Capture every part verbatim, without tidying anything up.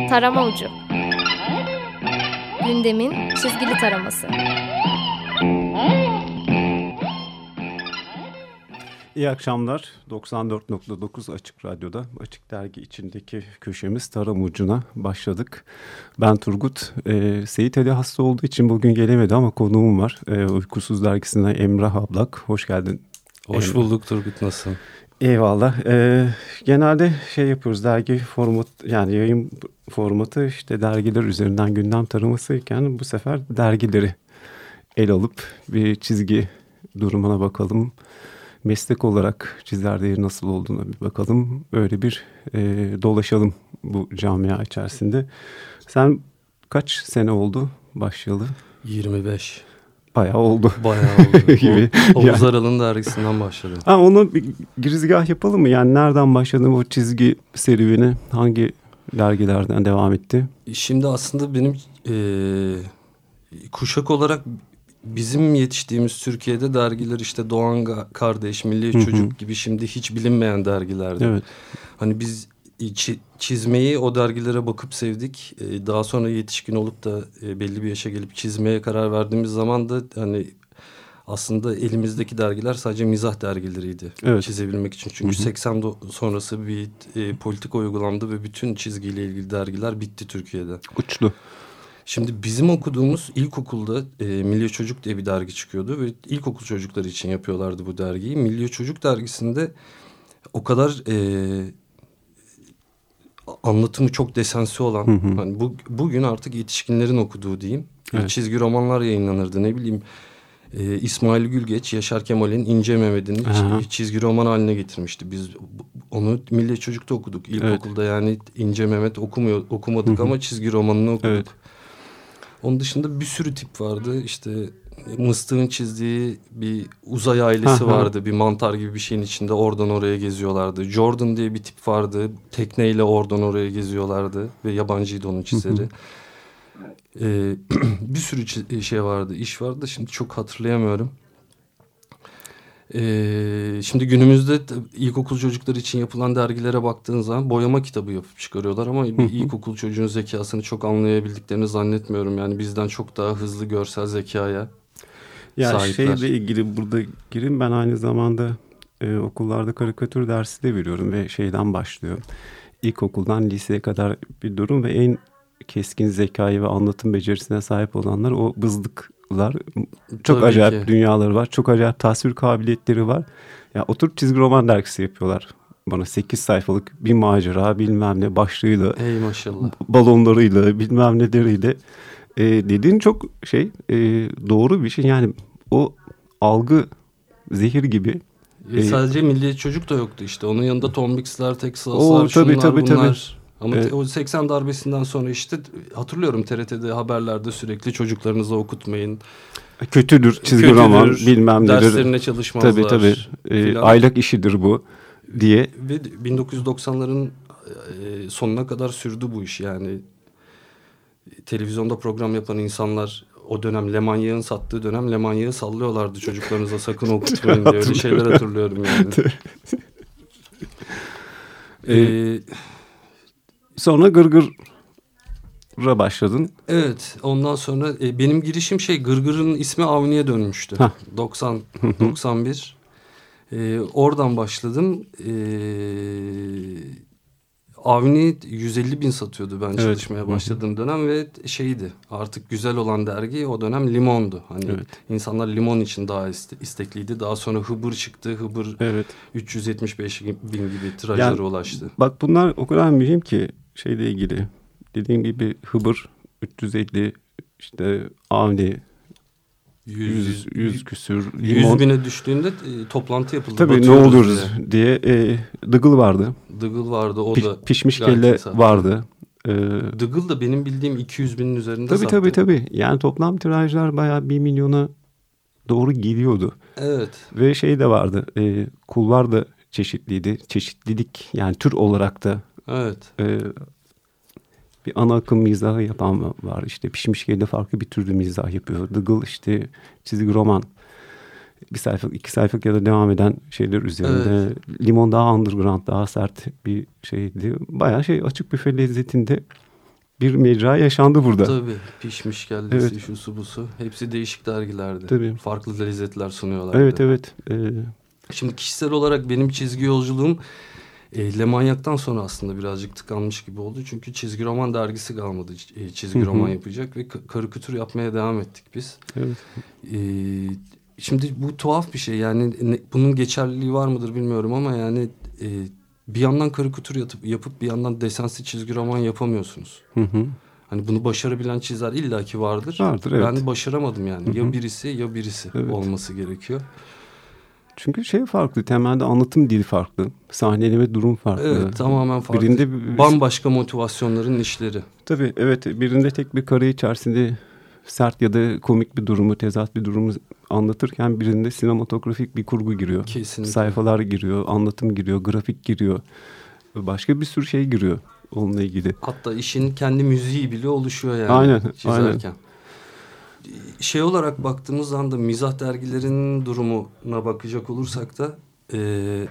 Tarama Ucu. Gündemin çizgili taraması. İyi akşamlar. doksan dört nokta dokuz Açık Radyo'da Açık Dergi içindeki köşemiz Tarama Ucu'na başladık. Ben Turgut. Ee, Seyit Ali hasta olduğu için bugün gelemedi ama konuğum var. Ee, Uykusuz Dergisi'nden Emrah Ablak. Hoş geldin. Hoş Emrah. bulduk Turgut, nasılsın? Eyvallah. Ee, genelde şey yapıyoruz, dergi format, yani yayın formatı işte dergiler üzerinden gündem taramasıyken bu sefer dergileri el alıp bir çizgi durumuna bakalım. Meslek olarak çizerlerin nasıl olduğuna bir bakalım. Öyle bir e, dolaşalım bu camia içerisinde. Sen kaç sene oldu başlayalı? yirmi beş. Bayağı oldu. Bayağı oldu. gibi. O, Oğuz Aral'ın dergisinden başladım. Ha, onu bir girizgah yapalım mı? Yani nereden başladın bu çizgi serüveni? Hangi dergilerden devam etti? Şimdi aslında benim e, kuşak olarak bizim yetiştiğimiz Türkiye'de dergiler işte Doğan Kardeş, Milli Hı hı. Çocuk gibi şimdi hiç bilinmeyen dergilerdi. Evet. Hani biz çizmeyi o dergilere bakıp sevdik. Daha sonra yetişkin olup da belli bir yaşa gelip çizmeye karar verdiğimiz zaman da hani aslında elimizdeki dergiler sadece mizah dergileriydi. Evet. Çizebilmek için. Çünkü hı hı. seksen sonrası bir e, politika uygulandı ve bütün çizgiyle ilgili dergiler bitti Türkiye'de. Uçtu. Şimdi bizim okuduğumuz ilkokulda e, Milli Çocuk diye bir dergi çıkıyordu ve ilkokul çocukları için yapıyorlardı bu dergiyi. Milli Çocuk dergisinde o kadar e, anlatımı çok desensi olan, hı hı. Hani bu, bugün artık yetişkinlerin okuduğu diyeyim. Evet. Çizgi romanlar yayınlanırdı, ne bileyim. E, İsmail Gülgeç, Yaşar Kemal'in İnce Mehmet'in çizgi roman haline getirmişti. Biz onu Milli Çocuk'ta okuduk ilkokulda, evet. Yani İnce Mehmet okumuyor, okumadık, hı hı. Ama çizgi romanını okuduk. Evet. Onun dışında bir sürü tip vardı. İşte Mıstık'ın çizdiği bir uzay ailesi vardı. Bir mantar gibi bir şeyin içinde oradan oraya geziyorlardı. Jordan diye bir tip vardı. Tekneyle oradan oraya geziyorlardı. Ve yabancıydı onun çizeri. Ee, bir sürü şey vardı, iş vardı. Şimdi çok hatırlayamıyorum. Ee, şimdi günümüzde ilkokul çocukları için yapılan dergilere baktığın zaman boyama kitabı yapıp çıkarıyorlar ama bir ilkokul çocuğun zekasını çok anlayabildiklerini zannetmiyorum. Yani bizden çok daha hızlı görsel zekaya ya sahipler. Şeyle ilgili burada gireyim, ben aynı zamanda e, okullarda karikatür dersi de veriyorum ve şeyden başlıyor. İlkokuldan liseye kadar bir durum ve en keskin zekayı ve anlatım becerisine sahip olanlar o bızlıklar. Çok Tabii acayip ki. Dünyaları var. Çok acayip tasvir kabiliyetleri var. Ya oturup çizgi roman dergisi yapıyorlar. Bana sekiz sayfalık bir macera bilmem ne başlığıyla. Ey maşallah. Balonlarıyla bilmem neleriyle. Ee, dediğin çok şey e, doğru bir şey. Yani o algı zehir gibi. E, sadece Milli Çocuk da yoktu işte. Onun yanında Tombix'ler, Texas'lar, şunlar tabii, tabii, bunlar. Tabii. Ama evet. O seksen darbesinden sonra işte hatırlıyorum T R T'de haberlerde sürekli çocuklarınızı okutmayın. Kötüdür çizgi Kötüdür, roman bilmem nedir. Derslerine çalışmazlar. Tabii tabii e, aylak işidir bu diye. Ve bin dokuz yüz doksanların e, sonuna kadar sürdü bu iş yani. Televizyonda program yapan insanlar o dönem Lemanya'nın sattığı dönem Lemanya'yı sallıyorlardı çocuklarınıza sakın okutmayın diye. Öyle şeyler hatırlıyorum yani. Eee Sonra Gırgır'a başladın. Evet. Ondan sonra e, benim girişim şey Gırgır'ın ismi Avni'ye dönmüştü. Heh. doksan doksan bir. E, oradan başladım. E, Avni yüz elli bin satıyordu ben evet. çalışmaya başladığım dönem ve şeydi artık güzel olan dergi o dönem Limon'du. Hani evet. insanlar Limon için daha istekliydi. Daha sonra Hıbır çıktı. Hıbır evet. üç yüz yetmiş beş bin gibi tirajlara yani, ulaştı. Bak bunlar o kadar mühim ki şeyle ilgili. Dediğim gibi Hıbır üç yüz elli, işte Avni yüz, yüz küsür. Limon. yüz bine düştüğünde e, toplantı yapıldı. Tabii ne oluruz diye. diye e, Dıgıl vardı. Dıgıl vardı. O Piş, da pişmiş kelle vardı. Ee, Dıgıl da benim bildiğim iki yüz binin üzerinde tabii, sattı. Tabii tabii. Yani toplam tirajlar bayağı bir milyona doğru gidiyordu. Evet. Ve şey de vardı. E, kulvar da çeşitliydi. Çeşitlilik yani tür olarak da. Evet. E, bir ana akım mizahı yapan var. İşte pişmiş kelle farklı bir türlü mizah yapıyor. Dıgıl işte çizgi roman. Bir sayfa, iki sayfalık ya da devam eden şeyler üzerinde. Evet. Limon daha underground, daha sert bir şeydi. Bayağı şey açık büfe lezzetinde bir mecra yaşandı burada. Tabii. Pişmiş kellesi, Evet. şusu busu. Hepsi değişik dergilerdi. Tabii. Farklı lezzetler sunuyorlardı. Evet evet. Ee... Şimdi kişisel olarak benim çizgi yolculuğum e, Le Manyak'tan sonra aslında birazcık tıkanmış gibi oldu. Çünkü çizgi roman dergisi kalmadı. E, çizgi roman yapacak ve karikatür yapmaya devam ettik biz. Evet. E, şimdi bu tuhaf bir şey. Yani ne, bunun geçerliliği var mıdır bilmiyorum ama yani e, bir yandan karikatür yapıp, yapıp bir yandan desensi çizgi roman yapamıyorsunuz. Hı hı. Hani bunu başarabilen çizer illaki vardır. Vardır, evet. Ben başaramadım yani. Hı hı. Ya birisi ya birisi evet. olması gerekiyor. Çünkü şey farklı, temelde anlatım dili farklı, sahneleme durum farklı. Evet, tamamen farklı. Birinde bambaşka motivasyonların işleri. Tabii evet, birinde tek bir kare içerisinde sert ya da komik bir durumu, tezat bir durumu anlatırken birinde sinematografik bir kurgu giriyor. Kesinlikle. Sayfalar giriyor, anlatım giriyor, grafik giriyor. Başka bir sürü şey giriyor onunla ilgili. Hatta işin kendi müziği bile oluşuyor yani. Aynen, çizerken. aynen. Şey olarak baktığımız anda mizah dergilerinin durumuna bakacak olursak da e,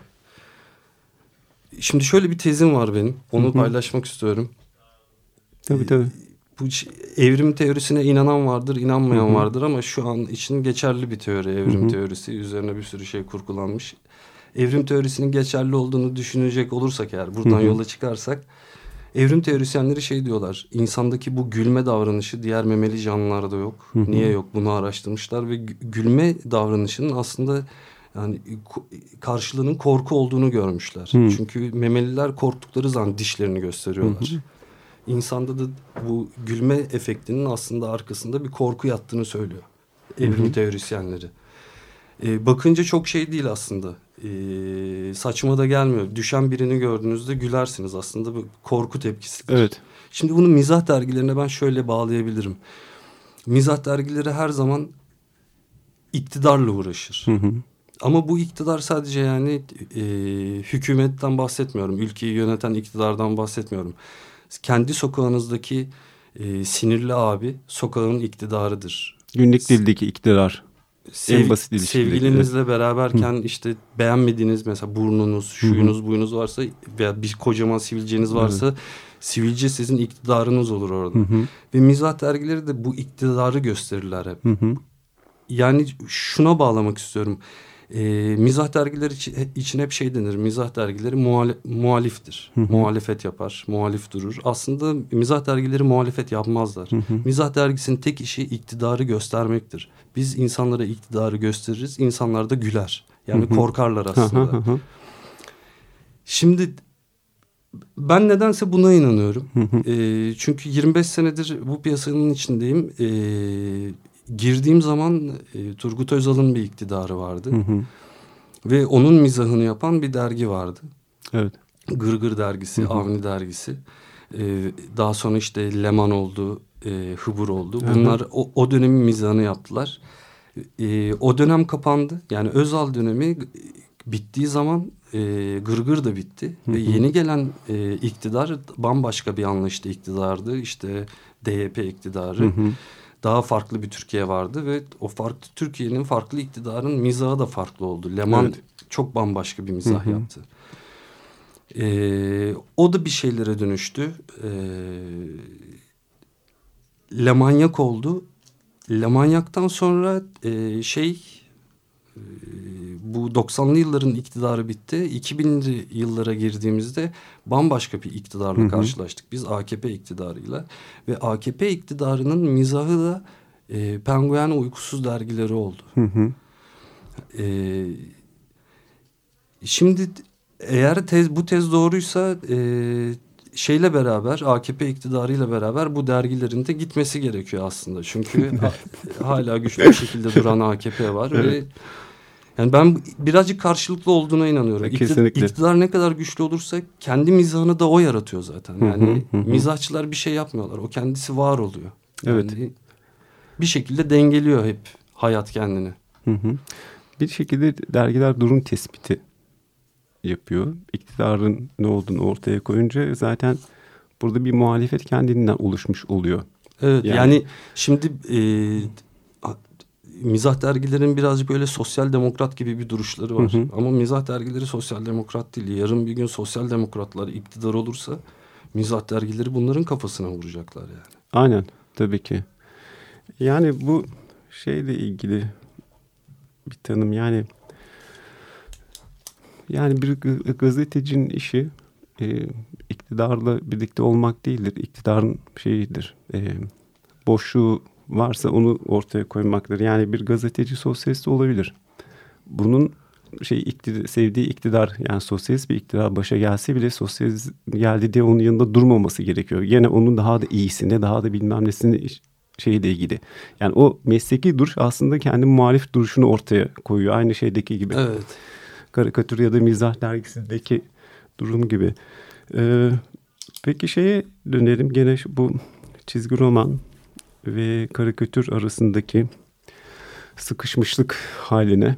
şimdi şöyle bir tezim var benim. Onu Hı-hı. paylaşmak istiyorum. Tabii tabii. Bu evrim teorisine inanan vardır, inanmayan Hı-hı. vardır ama şu an için geçerli bir teori evrim Hı-hı. teorisi. Üzerine bir sürü şey kurgulanmış. Evrim teorisinin geçerli olduğunu düşünecek olursak eğer, buradan Hı-hı. yola çıkarsak, evrim teorisyenleri şey diyorlar. İnsandaki bu gülme davranışı diğer memeli canlılarda yok. Hı-hı. Niye yok? Bunu araştırmışlar ve gülme davranışının aslında yani karşılığının korku olduğunu görmüşler. Hı-hı. Çünkü memeliler korktukları zaman dişlerini gösteriyorlar. Hı-hı. İnsanda da bu gülme efektinin aslında arkasında bir korku yattığını söylüyor evrim Hı-hı. teorisyenleri. Ee, bakınca çok şey değil aslında. Ee, saçma da gelmiyor. Düşen birini gördüğünüzde gülersiniz. Aslında bu korku tepkisidir. Evet. Şimdi bunu mizah dergilerine ben şöyle bağlayabilirim. Mizah dergileri her zaman iktidarla uğraşır. Hı hı. Ama bu iktidar sadece yani e, hükümetten bahsetmiyorum. Ülkeyi yöneten iktidardan bahsetmiyorum. Kendi sokağınızdaki e, sinirli abi sokağın iktidarıdır. Günlük dildeki iktidar. Sev, en basit sevgilinizle evet. beraberken Hı. işte beğenmediğiniz mesela burnunuz, şuyunuz, Hı-hı. buyunuz varsa veya bir kocaman sivilceniz varsa evet. sivilce sizin iktidarınız olur orada. Hı-hı. Ve mizah dergileri de bu iktidarı gösterirler hep. Hı-hı. Yani şuna bağlamak istiyorum. E, mizah dergileri için, için hep şey denir. Mizah dergileri muhali, muhaliftir. Hı-hı. Muhalefet yapar, muhalif durur. Aslında mizah dergileri muhalefet yapmazlar. Hı-hı. Mizah dergisinin tek işi iktidarı göstermektir. Biz insanlara iktidarı gösteririz, insanlar da güler. Yani Hı-hı. korkarlar aslında. Hı-hı. Şimdi ben nedense buna inanıyorum. E, çünkü yirmi beş senedir bu piyasanın içindeyim. E, girdiğim zaman e, Turgut Özal'ın bir iktidarı vardı. Hı-hı. Ve onun mizahını yapan bir dergi vardı. Evet. Gırgır dergisi, Hı-hı. Avni dergisi. E, daha sonra işte Leman oldu, e, Hıbır oldu. Bunlar o, o dönemin mizahını yaptılar. E, o dönem kapandı. Yani Özal dönemi bittiği zaman e, Gırgır da bitti. Hı hı. Ve yeni gelen e, iktidar bambaşka bir anlayışta iktidardı. İşte D Y P iktidarı. Hı hı. Daha farklı bir Türkiye vardı ve o farklı Türkiye'nin farklı iktidarın mizahı da farklı oldu. Leman evet. çok bambaşka bir mizah hı hı. yaptı. E, o da bir şeylere dönüştü. E, Lemanyak oldu. Lemanyak'tan sonra e, şey e, bu doksanlı yılların iktidarı bitti. iki binli yıllara girdiğimizde bambaşka bir iktidarla hı hı. karşılaştık. Biz A K P iktidarıyla ve A K P iktidarının mizahı da e, Penguen uykusuz dergileri oldu. Hı hı. E, şimdi eğer tez, bu tez doğruysa e, şeyle beraber A K P iktidarıyla beraber bu dergilerin de gitmesi gerekiyor aslında. Çünkü hala güçlü bir şekilde duran A K P var evet. ve yani ben birazcık karşılıklı olduğuna inanıyorum. Kesinlikle. İktidar ne kadar güçlü olursa kendi mizahını da o yaratıyor zaten. Yani hı hı hı. mizahçılar bir şey yapmıyorlar. O kendisi var oluyor. Yani evet. bir şekilde dengeliyor hep hayat kendini. Hı hı. Bir şekilde dergiler durum tespiti yapıyor. İktidarın ne olduğunu ortaya koyunca zaten burada bir muhalefet kendinden oluşmuş oluyor. Evet yani, yani şimdi e, mizah dergilerin birazcık böyle sosyal demokrat gibi bir duruşları var. Hı hı. Ama mizah dergileri sosyal demokrat değil. Yarın bir gün sosyal demokratlar iktidar olursa mizah dergileri bunların kafasına vuracaklar yani. Aynen, tabii ki. Yani bu şeyle ilgili bir tanım, yani yani bir gazetecinin işi e, iktidarla birlikte olmak değildir. İktidarın şeyidir. E, boşluğu varsa onu ortaya koymaktır. Yani bir gazeteci sosyalist olabilir. Bunun şey iktidar, sevdiği iktidar, yani sosyalist bir iktidar başa gelse bile sosyalist geldi diye onun yanında durmaması gerekiyor. Yine onun daha da iyisine, daha da bilmem nesine şeyle ilgili. Yani o mesleki duruş aslında kendi muhalif duruşunu ortaya koyuyor. Aynı şeydeki gibi. Evet. Karikatür ya da mizah dergisindeki durum gibi. Ee, peki şeye dönelim, gene şu, bu çizgi roman ve karikatür arasındaki sıkışmışlık haline.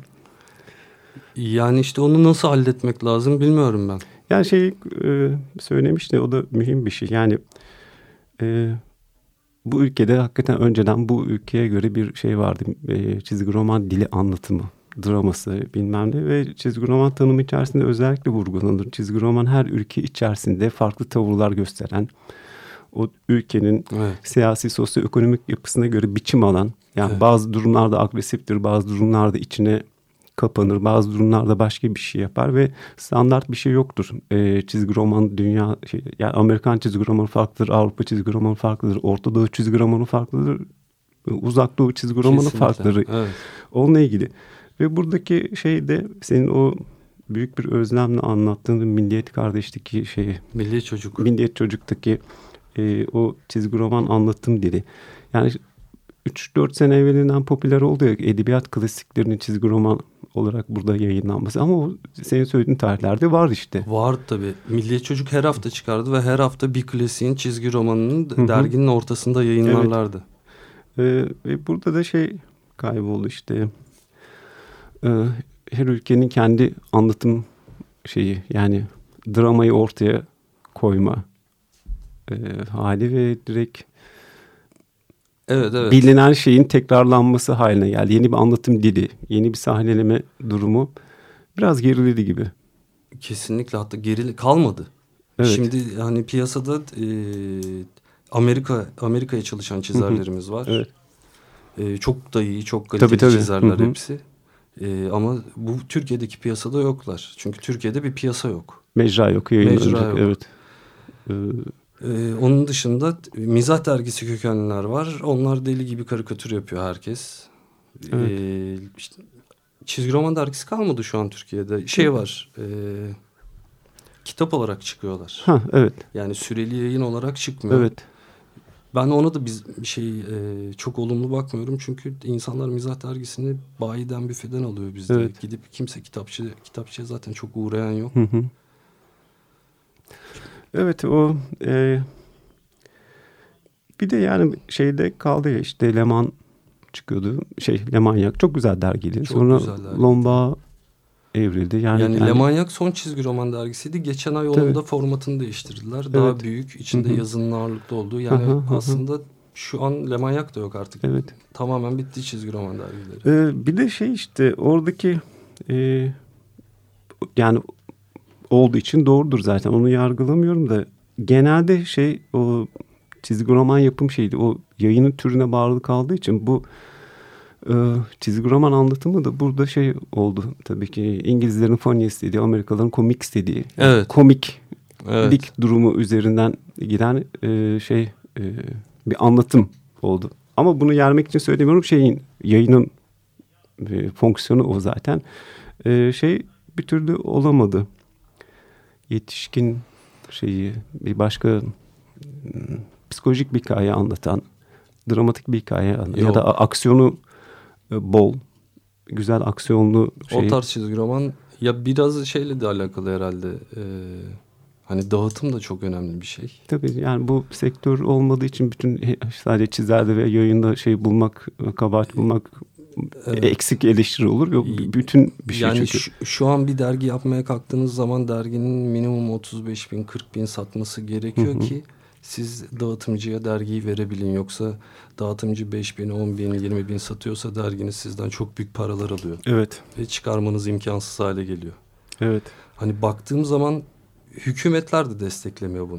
Yani işte onu nasıl halletmek lazım bilmiyorum ben. Yani şey e, söylemişti, o da mühim bir şey. Yani e, bu ülkede hakikaten önceden bu ülkeye göre bir şey vardı. E, çizgi roman dili anlatımı, draması bilmem ne ve çizgi roman tanımı içerisinde özellikle vurgulanır. Çizgi roman her ülke içerisinde farklı tavırlar gösteren, o ülkenin evet. siyasi, sosyoekonomik yapısına göre biçim alan, yani evet. bazı durumlarda agresiftir, bazı durumlarda içine kapanır, bazı durumlarda başka bir şey yapar ve standart bir şey yoktur. Ee, çizgi roman dünya, şey, yani Amerikan çizgi romanı farklıdır, Avrupa çizgi romanı farklıdır, Orta Doğu çizgi romanı farklıdır, Uzak Doğu çizgi romanı Kesinlikle. farklıdır. Evet. Onunla ilgili. Ve buradaki şey de senin o büyük bir özlemle anlattığın Milliyet Kardeş'teki şeyi. Milliyet Çocuk. Milliyet Çocuk'taki e, o çizgi roman anlatım dili. Yani üç dört sene evvelinden popüler oldu ya, edebiyat klasiklerinin çizgi roman olarak burada yayınlanması. Ama o senin söylediğin tarihlerde var işte. Var tabii. Milliyet Çocuk her hafta çıkardı ve her hafta bir klasiğin çizgi romanının Hı-hı. derginin ortasında yayınlarlardı. Evet. Ee, ve burada da şey kayboldu işte. Ee, her ülkenin kendi anlatım şeyi, yani dramayı ortaya koyma e, hali ve direkt Evet, evet. bilinen şeyin tekrarlanması haline geldi. Yeni bir anlatım dili, yeni bir sahneleme durumu biraz geriledi gibi. Kesinlikle, hatta gerili kalmadı. Evet. Şimdi hani piyasada e, Amerika Amerika'ya çalışan çizerlerimiz Hı-hı. var. Evet. E, çok da iyi, çok kaliteli tabii, tabii. çizerler Hı-hı. hepsi. E, ama bu Türkiye'deki piyasada yoklar. Çünkü Türkiye'de bir piyasa yok. Mecra yok. Mecra yok. Evet. Ee, Ee, onun dışında mizah dergisi kökenliler var. Onlar deli gibi karikatür yapıyor herkes. Evet. Ee, işte, çizgi roman dergisi kalmadı şu an Türkiye'de. Şey var. E, kitap olarak çıkıyorlar. Ha, evet. Yani süreli yayın olarak çıkmıyor. Evet. Ben ona da biz bir şey e, çok olumlu bakmıyorum. Çünkü insanlar mizah dergisini bayiden, büfeden alıyor bizde. Evet. Gidip kimse kitapçı kitapçıya zaten çok uğrayan yok. Hı hı. Evet, o e, bir de yani şeyde kaldı ya, işte Leman çıkıyordu, şey Lemanyak çok güzel dergiydi. Çok Sonra güzel dergi. Lomba evrildi. Yani, yani, yani Lemanyak son çizgi roman dergisiydi. Geçen ay onun da formatını değiştirdiler. Evet. Daha büyük, içinde Hı-hı. yazının ağırlıklı olduğu. Yani Hı-hı. aslında şu an Lemanyak da yok artık. Evet. Tamamen bitti çizgi roman dergileri. Ee, bir de şey işte oradaki e, yani olduğu için doğrudur zaten, onu yargılamıyorum da genelde şey, o çizgi roman yapım şeydi, o yayının türüne bağlı kaldığı için bu e, çizgi roman anlatımı da burada şey oldu tabii ki, İngilizlerin funny istediği, Amerikalıların komik istediği, evet. komiklik evet. durumu üzerinden giden e, şey e, bir anlatım oldu. Ama bunu yermek için söylemiyorum, şeyin yayının e, fonksiyonu o zaten e, şey bir türlü olamadı. Yetişkin şeyi, bir başka psikolojik bir hikaye anlatan, dramatik bir hikaye anlatan ya da aksiyonu bol, güzel aksiyonlu şey. O tarz çizgi roman ya biraz şeyle de alakalı herhalde. Ee, hani dağıtım da çok önemli bir şey. Tabii yani bu sektör olmadığı için bütün sadece çizerde ve yayında şey bulmak, kabahat bulmak, evet. eksik eleştiri olur. Yok, bütün bir şey yani çünkü. Şu, şu an bir dergi yapmaya kalktığınız zaman derginin minimum otuz beş bin kırk bin satması gerekiyor Hı-hı. ki siz dağıtımcıya dergiyi verebilin. Yoksa dağıtımcı beş bin, on bin, yirmi bin satıyorsa derginiz sizden çok büyük paralar alıyor. Evet. Ve çıkarmanız imkansız hale geliyor. Evet. Hani baktığım zaman hükümetler de desteklemiyor bunu.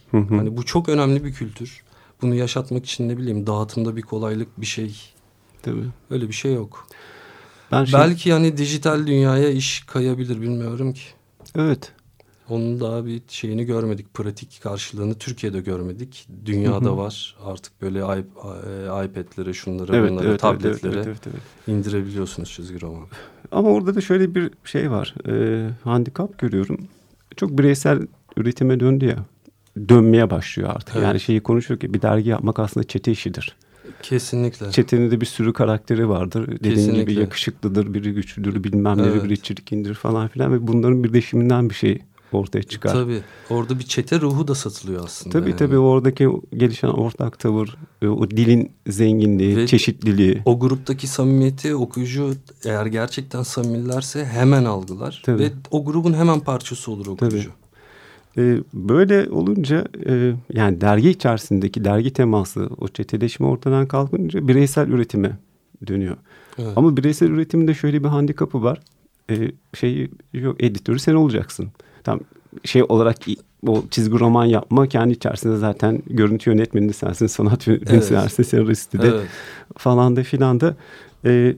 Hı hı. Hani bu çok önemli bir kültür. Bunu yaşatmak için ne bileyim dağıtımda bir kolaylık bir şey. Tabii. Öyle bir şey yok. Ben şey... Belki yani dijital dünyaya iş kayabilir, bilmiyorum ki. Evet. Onun daha bir şeyini görmedik. Pratik karşılığını Türkiye'de görmedik. Dünyada hı hı. var. Artık böyle iPad'lere, şunlara, evet, bunlara, evet, tabletlere evet, evet, evet, evet. indirebiliyorsunuz çizgi roman. Ama orada da şöyle bir şey var. E, handikap görüyorum. Çok bireysel üretime döndü ya. Dönmeye başlıyor artık. Evet. Yani şeyi konuşuyor ki bir dergi yapmak aslında çete işidir. Kesinlikle. Çetenin de bir sürü karakteri vardır. Dediğin Kesinlikle. gibi yakışıklıdır, biri güçlüdür, bilmem evet. biri çirkindir falan filan. Ve bunların birleşiminden bir şey ortaya çıkar. Tabii. Orada bir çete ruhu da satılıyor aslında. Tabii yani. tabii oradaki gelişen ortak tavır, o dilin zenginliği, ve çeşitliliği. O gruptaki samimiyeti okuyucu eğer gerçekten samimilerse hemen algılar. Tabii. Ve o grubun hemen parçası olur okuyucu. Tabii. Ee, böyle olunca e, yani dergi içerisindeki dergi teması, o çeteleşme ortadan kalkınca bireysel üretime dönüyor. Evet. Ama bireysel üretimin de şöyle bir handikapı var. Ee, şey yok, editörü sen olacaksın. Tam şey olarak o çizgi roman yapma kendi içerisinde zaten görüntü yönetmeni de sensin, sanat yönetmeni evet. sensin, senaristi de evet. falan da filan da. Ee,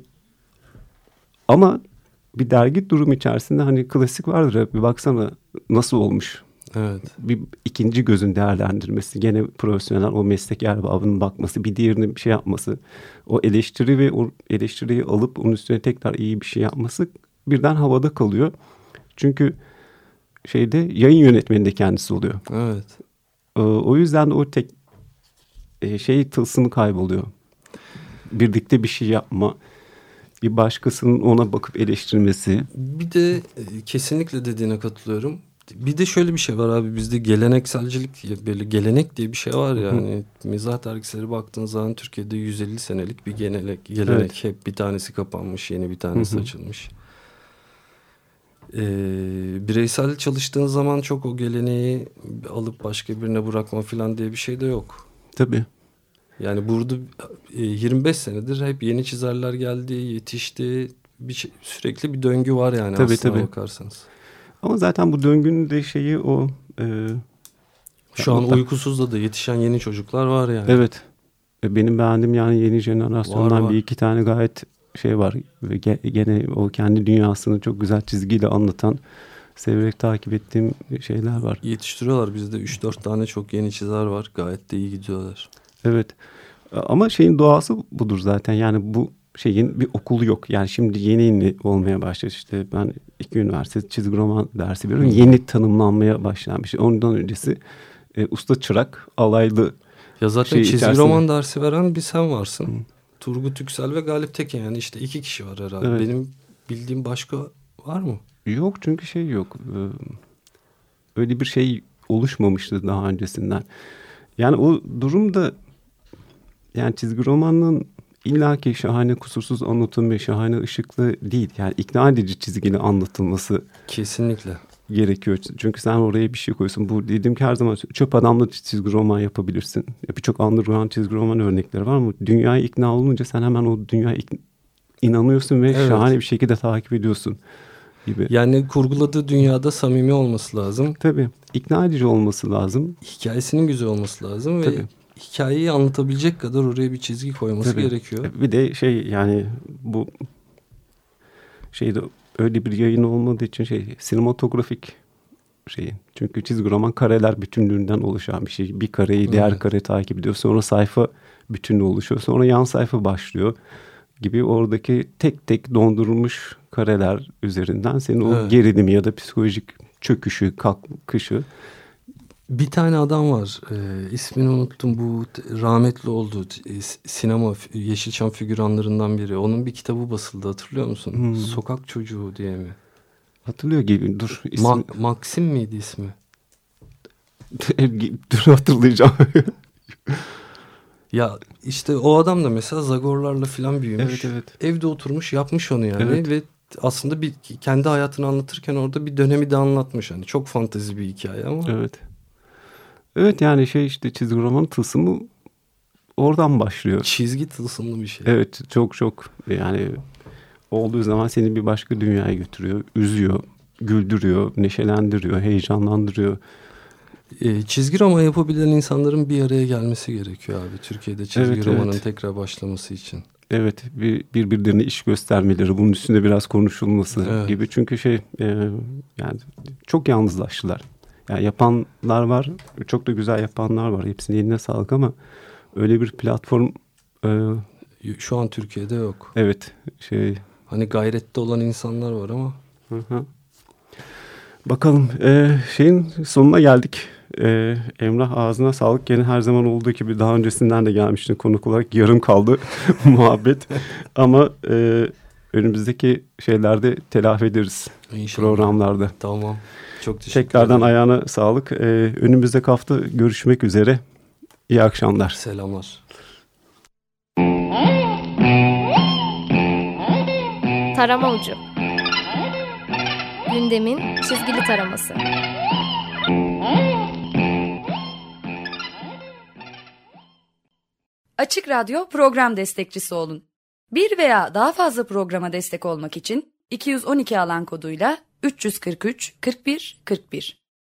ama bir dergi durum içerisinde hani klasik vardır ya, bir baksana nasıl olmuş. Evet. Bir ikinci gözün değerlendirmesi, gene profesyonel o meslek erbabının bakması, bir diğerinin bir şey yapması, o eleştiri ve o eleştiriyi alıp onun üstüne tekrar iyi bir şey yapması birden havada kalıyor. Çünkü şeyde yayın yönetmeni de kendisi oluyor. Evet. Ee, o yüzden de o tek e, şey tılsımı kayboluyor. Birlikte bir şey yapma, bir başkasının ona bakıp eleştirmesi. Bir de e, kesinlikle dediğine katılıyorum. Bir de şöyle bir şey var abi, bizde gelenekselcilik, böyle gelenek diye bir şey var ya. Hani mizah dergileri baktığın zaman Türkiye'de yüz elli senelik bir gelenek, gelenek evet. hep bir tanesi kapanmış, yeni bir tanesi Hı-hı. açılmış. Ee, bireysel çalıştığın zaman çok o geleneği alıp başka birine bırakma falan diye bir şey de yok. Tabii. Yani burada e, yirmi beş senedir hep yeni çizerler geldi, yetişti. Bir şey, sürekli bir döngü var yani tabii, aslına tabii. bakarsanız. Ama zaten bu döngünün de şeyi o... E, Şu an uykusuzda da yetişen yeni çocuklar var yani. Evet. Benim beğendiğim yani yeni jenerasyondan var, var. bir iki tane gayet şey var. Ve gene o kendi dünyasını çok güzel çizgiyle anlatan, severek takip ettiğim şeyler var. Yetiştiriyorlar. Bizde üç dört tane çok yeni çizer var. Gayet de iyi gidiyorlar. Evet. Ama şeyin doğası budur zaten. Yani bu şeyin bir okulu yok. Yani şimdi yeni yeni olmaya başladı. İşte ben iki üniversite çizgi roman dersi veriyorum. Hmm. Yeni tanımlanmaya başlayan bir şey. Ondan öncesi e, usta çırak, alaylı. Ya zaten şey çizgi içerisinde... roman dersi veren bir sen varsın. Hmm. Turgut Yüksel ve Galip Teken, yani işte iki kişi var herhalde. Evet. Benim bildiğim başka var mı? Yok, çünkü şey yok. Öyle bir şey oluşmamıştı daha öncesinden. Yani o durumda yani çizgi romanın illaki şahane kusursuz anlatımı, şahane ışıklı değil. Yani ikna edici çizgili anlatılması kesinlikle gerekiyor. Çünkü sen oraya bir şey koyuyorsun. Bu dediğim ki her zaman çöp adamla çizgi roman yapabilirsin. Birçok underground çizgi roman örnekleri var ama dünyaya ikna olunca sen hemen o dünyaya ikna, inanıyorsun ve evet. şahane bir şekilde takip ediyorsun gibi. Yani kurguladığı dünyada samimi olması lazım. Tabii. İkna edici olması lazım. Hikayesinin güzel olması lazım Tabii. ve hikayeyi anlatabilecek kadar oraya bir çizgi koyması Tabii. gerekiyor. Bir de şey, yani bu şeyde öyle bir yayın olmadığı için şey, sinematografik şey. Çünkü çizgi roman kareler bütünlüğünden oluşan bir şey. Bir kareyi diğer evet. kare takip ediyor. Sonra sayfa bütünlüğü oluşuyor. Sonra yan sayfa başlıyor gibi, oradaki tek tek dondurulmuş kareler üzerinden senin o evet. gerilimi ya da psikolojik çöküşü, kalkışı. Bir tane adam var. E, ismini unuttum. Bu rahmetli oldu. E, sinema Yeşilçam figüranlarından biri. Onun bir kitabı basıldı, hatırlıyor musun? Hmm. Sokak Çocuğu diye mi? Hatırlıyor gibi. Dur. Ismi... Ma- Maxim miydi ismi? Dur hatırlayacağım. Ya işte o adam da mesela Zagorlarla falan büyümüş. Evet, evet. Evde oturmuş, yapmış onu yani. Evet. Ve aslında bir kendi hayatını anlatırken orada bir dönemi de anlatmış. Hani çok fantezi bir hikaye ama. Evet. Evet, yani şey işte çizgi roman tılsımı oradan başlıyor. Çizgi tılsımlı bir şey. Evet, çok çok yani olduğu zaman seni bir başka dünyaya götürüyor. Üzüyor, güldürüyor, neşelendiriyor, heyecanlandırıyor. E, çizgi roman yapabilen insanların bir araya gelmesi gerekiyor abi. Türkiye'de çizgi evet, romanın evet. tekrar başlaması için. Evet, bir, birbirlerine iş göstermeleri, bunun üstünde biraz konuşulması evet. gibi. Çünkü şey e, yani çok yalnızlaştılar. Yani yapanlar var, çok da güzel yapanlar var. Hepsinin eline sağlık ama öyle bir platform e, şu an Türkiye'de yok. Evet, şey. Hani gayrette olan insanlar var ama. Hı hı. Bakalım e, şeyin sonuna geldik. E, Emrah, ağzına sağlık. Gene her zaman olduğu gibi daha öncesinden de gelmiştin konuk olarak. Yarım kaldı muhabbet. Ama e, önümüzdeki şeylerde telafi ederiz. İnşallah. Programlarda. Tamam. Çok teşekkür Tekrardan ederim. ayağına sağlık. E, önümüzdeki hafta görüşmek üzere. İyi akşamlar. Selamlar. Tarama Ucu. Gündemin çizgili taraması. Açık Radyo program destekçisi olun. Bir veya daha fazla programa destek olmak için iki yüz on iki alan koduyla üç yüz kırk üç kırk bir kırk bir